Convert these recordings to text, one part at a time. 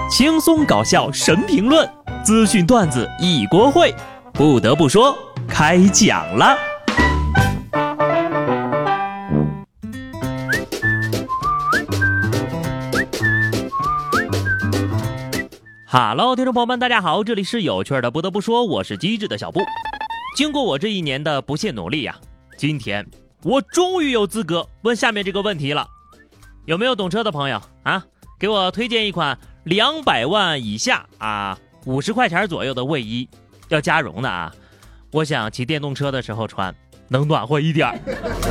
轻松搞笑神评论，资讯段子一锅烩。不得不说，开讲了。Hello， 听众朋友们，大家好，这里是有趣的。不得不说，我是机智的小布。经过我这一年的不懈努力呀，今天我终于有资格问下面这个问题了。有没有懂车的朋友啊？给我推荐一款200万以下50块钱左右的卫衣，要加绒的啊。我想骑电动车的时候穿，能暖和一点。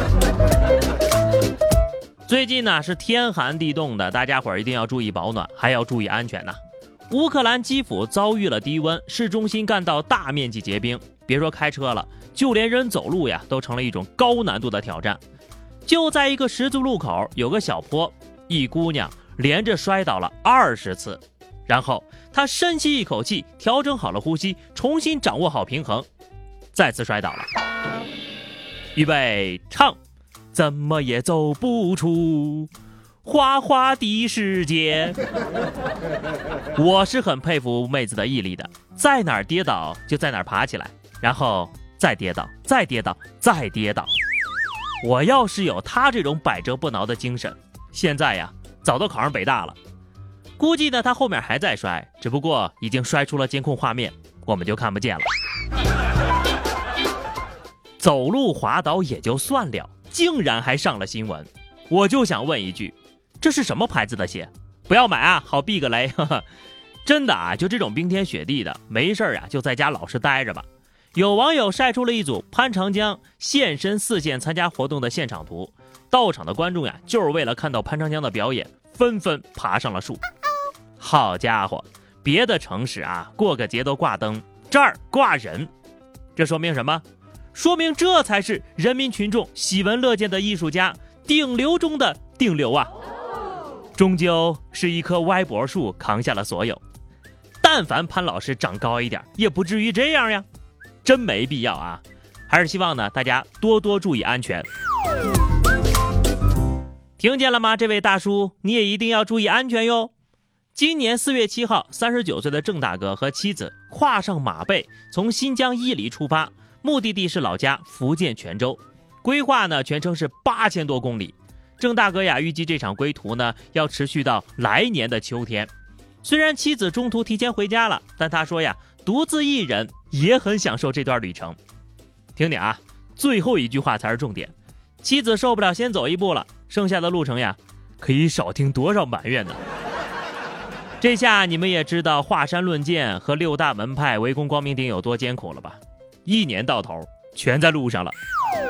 最近呢是天寒地冻的，大家伙儿一定要注意保暖，还要注意安全呐。乌克兰基辅遭遇了低温，市中心干道大面积结冰，别说开车了，就连人走路呀都成了一种高难度的挑战。就在一个十字路口有个小坡，一姑娘连着摔倒了20次，然后她深吸一口气，调整好了呼吸，重新掌握好平衡，再次摔倒了。预备唱，怎么也走不出花花的世界。我是很佩服妹子的毅力的，在哪儿跌倒就在哪儿爬起来，然后再跌倒，再跌倒，再跌倒。我要是有她这种百折不挠的精神，现在呀早都考上北大了。估计呢她后面还在摔，只不过已经摔出了监控画面，我们就看不见了。走路滑倒也就算了，竟然还上了新闻。我就想问一句，这是什么牌子的鞋？不要买啊，好避个雷。真的啊，就这种冰天雪地的，没事啊就在家老实待着吧。有网友晒出了一组潘长江现身4线参加活动的现场图，到场的观众呀就是为了看到潘长江的表演，纷纷爬上了树。好家伙，别的城市啊过个节都挂灯，这儿挂人，这说明什么？说明这才是人民群众喜闻乐见的艺术家，顶流中的顶流啊！终究是一棵歪脖树扛下了所有。但凡潘老师长高一点，也不至于这样呀，真没必要啊！还是希望呢大家多多注意安全。听见了吗？这位大叔，你也一定要注意安全哟。今年4月7号，39岁的郑大哥和妻子跨上马背，从新疆伊犁出发，目的地是老家福建泉州，规划呢全程是8000多公里。郑大哥呀预计这场归途呢要持续到来年的秋天。虽然妻子中途提前回家了，但他说呀独自一人也很享受这段旅程。听听啊，最后一句话才是重点。妻子受不了先走一步了，剩下的路程呀可以少听多少埋怨呢。这下你们也知道华山论剑和6大门派围攻光明顶有多艰苦了吧？1年到头全在路上了。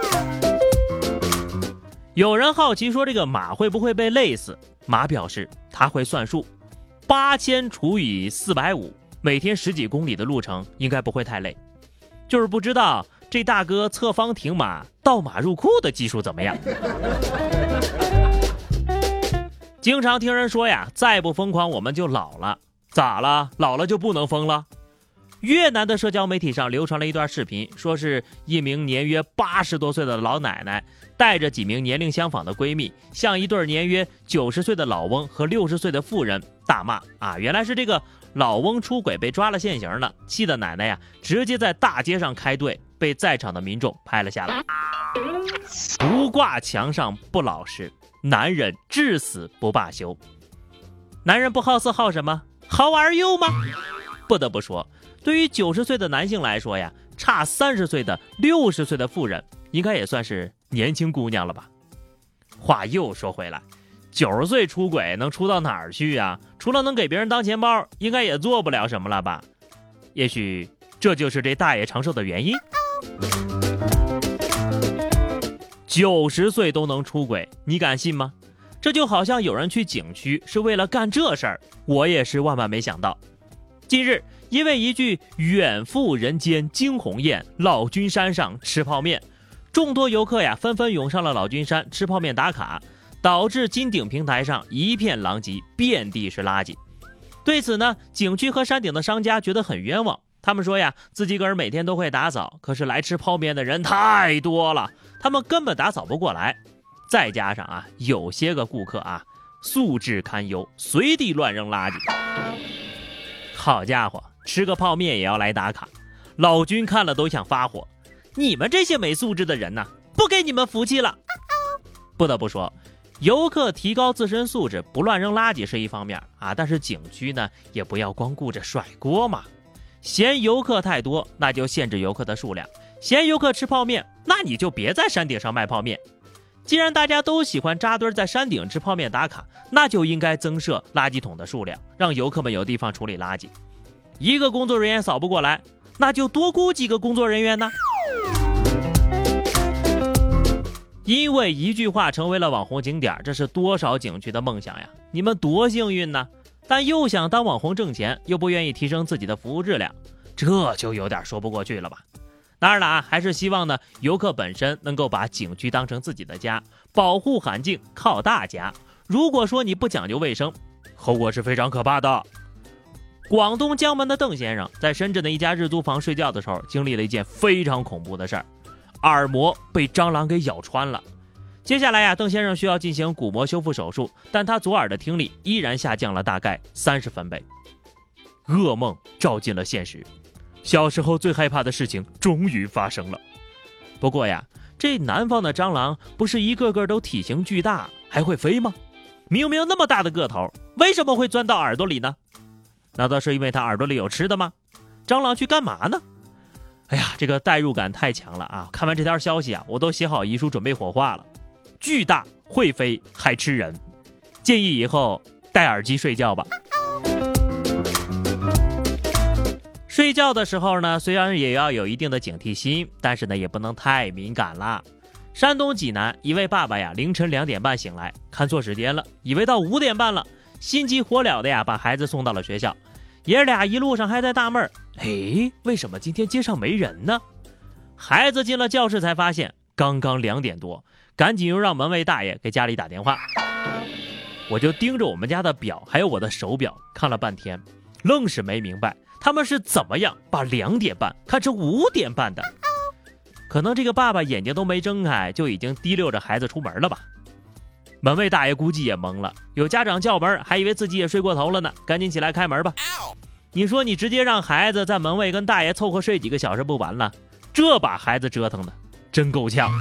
有人好奇说这个马会不会被累死？马表示他会算数，8000除以450，每天10几公里的路程应该不会太累。就是不知道这大哥侧方停马倒马入库的技术怎么样。经常听人说呀，再不疯狂我们就老了。咋了？老了就不能疯了？越南的社交媒体上流传了一段视频，说是一名年约80多岁的老奶奶带着几名年龄相仿的闺蜜，向一对年约90岁的老翁和60岁的妇人大骂原来是这个老翁出轨被抓了现行了，气的奶奶呀直接在大街上开队，被在场的民众拍了下来。不挂墙上不老实，男人至死不罢休。男人不好色好什么？好玩又吗？不得不说，对于90岁的男性来说呀，差30岁的60岁的妇人应该也算是年轻姑娘了吧。话又说回来，90岁出轨能出到哪儿去呀？除了能给别人当钱包，应该也做不了什么了吧。也许这就是这大爷长寿的原因。90岁都能出轨，你敢信吗？这就好像有人去景区是为了干这事儿，我也是万万没想到。近日因为一句远赴人间惊鸿雁，老君山上吃泡面，众多游客呀纷纷涌上了老君山吃泡面打卡，导致金顶平台上一片狼藉，遍地是垃圾。对此呢，景区和山顶的商家觉得很冤枉，他们说呀，自己个儿每天都会打扫，可是来吃泡面的人太多了，他们根本打扫不过来。再加上有些个顾客素质堪忧，随地乱扔垃圾。好家伙，吃个泡面也要来打卡，老君看了都想发火。你们这些没素质的人呐，不给你们福气了。不得不说，游客提高自身素质，不乱扔垃圾是一方面啊，但是景区呢，也不要光顾着甩锅嘛。嫌游客太多，那就限制游客的数量；嫌游客吃泡面，那你就别在山顶上卖泡面。既然大家都喜欢扎堆在山顶吃泡面打卡，那就应该增设垃圾桶的数量，让游客们有地方处理垃圾。一个工作人员扫不过来，那就多雇几个工作人员呢。因为一句话成为了网红景点，这是多少景区的梦想呀！你们多幸运呢！但又想当网红挣钱，又不愿意提升自己的服务质量，这就有点说不过去了吧。当然了啊，还是希望呢游客本身能够把景区当成自己的家，保护环境靠大家。如果说你不讲究卫生，后果是非常可怕的。广东江门的邓先生在深圳的一家日租房睡觉的时候，经历了一件非常恐怖的事儿，耳膜被蟑螂给咬穿了。接下来呀，邓先生需要进行鼓膜修复手术，但他左耳的听力依然下降了大概30分贝。噩梦照进了现实，小时候最害怕的事情终于发生了。不过呀，这南方的蟑螂不是一个个都体型巨大，还会飞吗？明明那么大的个头，为什么会钻到耳朵里呢？难道是因为它耳朵里有吃的吗？蟑螂去干嘛呢？哎呀，这个代入感太强了啊！看完这条消息啊，我都写好遗书准备火化了。巨大会飞还吃人，建议以后戴耳机睡觉吧。睡觉的时候呢，虽然也要有一定的警惕心，但是呢也不能太敏感了。山东济南一位爸爸呀，凌晨2点半醒来，看错时间了，以为到5点半了，心急火燎的呀把孩子送到了学校。爷俩一路上还在纳闷，为什么今天街上没人呢？孩子进了教室才发现刚刚2点多，赶紧又让门卫大爷给家里打电话。我就盯着我们家的表还有我的手表看了半天，愣是没明白他们是怎么样把2点半看成5点半的。可能这个爸爸眼睛都没睁开就已经提溜着孩子出门了吧。门卫大爷估计也懵了，有家长叫门还以为自己也睡过头了呢，赶紧起来开门吧。你说你直接让孩子在门卫跟大爷凑合睡几个小时不完了，这把孩子折腾的真够呛。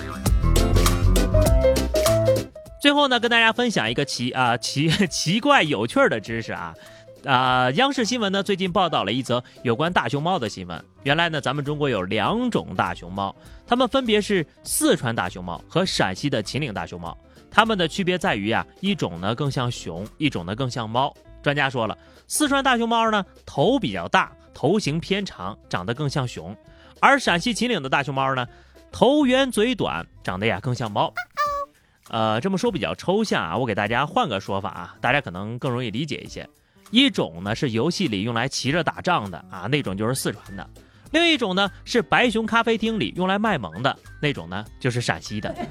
最后呢，跟大家分享一个奇怪有趣的知识啊。央视新闻呢最近报道了一则有关大熊猫的新闻。原来呢，咱们中国有2种大熊猫，它们分别是四川大熊猫和陕西的秦岭大熊猫。它们的区别在于啊，一种呢更像熊，一种呢更像猫。专家说了，四川大熊猫呢头比较大，头型偏长，长得更像熊；而陕西秦岭的大熊猫呢头圆嘴短，长得呀更像猫。这么说比较抽象啊，我给大家换个说法啊，大家可能更容易理解一些。一种呢是游戏里用来骑着打仗的啊，那种就是四川的；另一种呢是白熊咖啡厅里用来卖萌的，那种呢就是陕西的。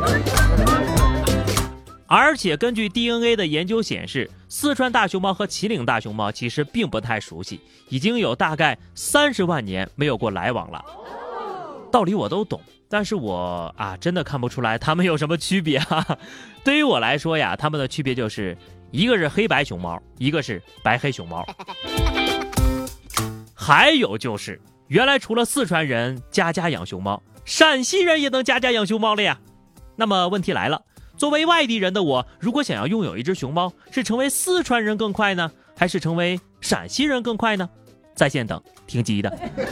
而且根据 DNA 的研究显示，四川大熊猫和秦岭大熊猫其实并不太熟悉，已经有大概30万年没有过来往了。道理我都懂，但是我真的看不出来它们有什么区别啊。对于我来说呀，它们的区别就是一个是黑白熊猫，一个是白黑熊猫。还有就是原来除了四川人家家养熊猫，陕西人也能家家养熊猫了呀。那么问题来了，作为外地人的我，如果想要拥有一只熊猫，是成为四川人更快呢，还是成为陕西人更快呢？在线等，挺急的。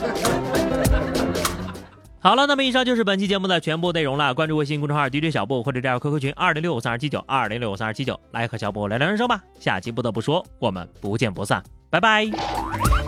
好了，那么以上就是本期节目的全部内容了。关注微信公众号 DJ 小布，或者加入 QQ 群20653279 20653279，来和小布聊聊人生吧。下期不得不说，我们不见不散，拜拜。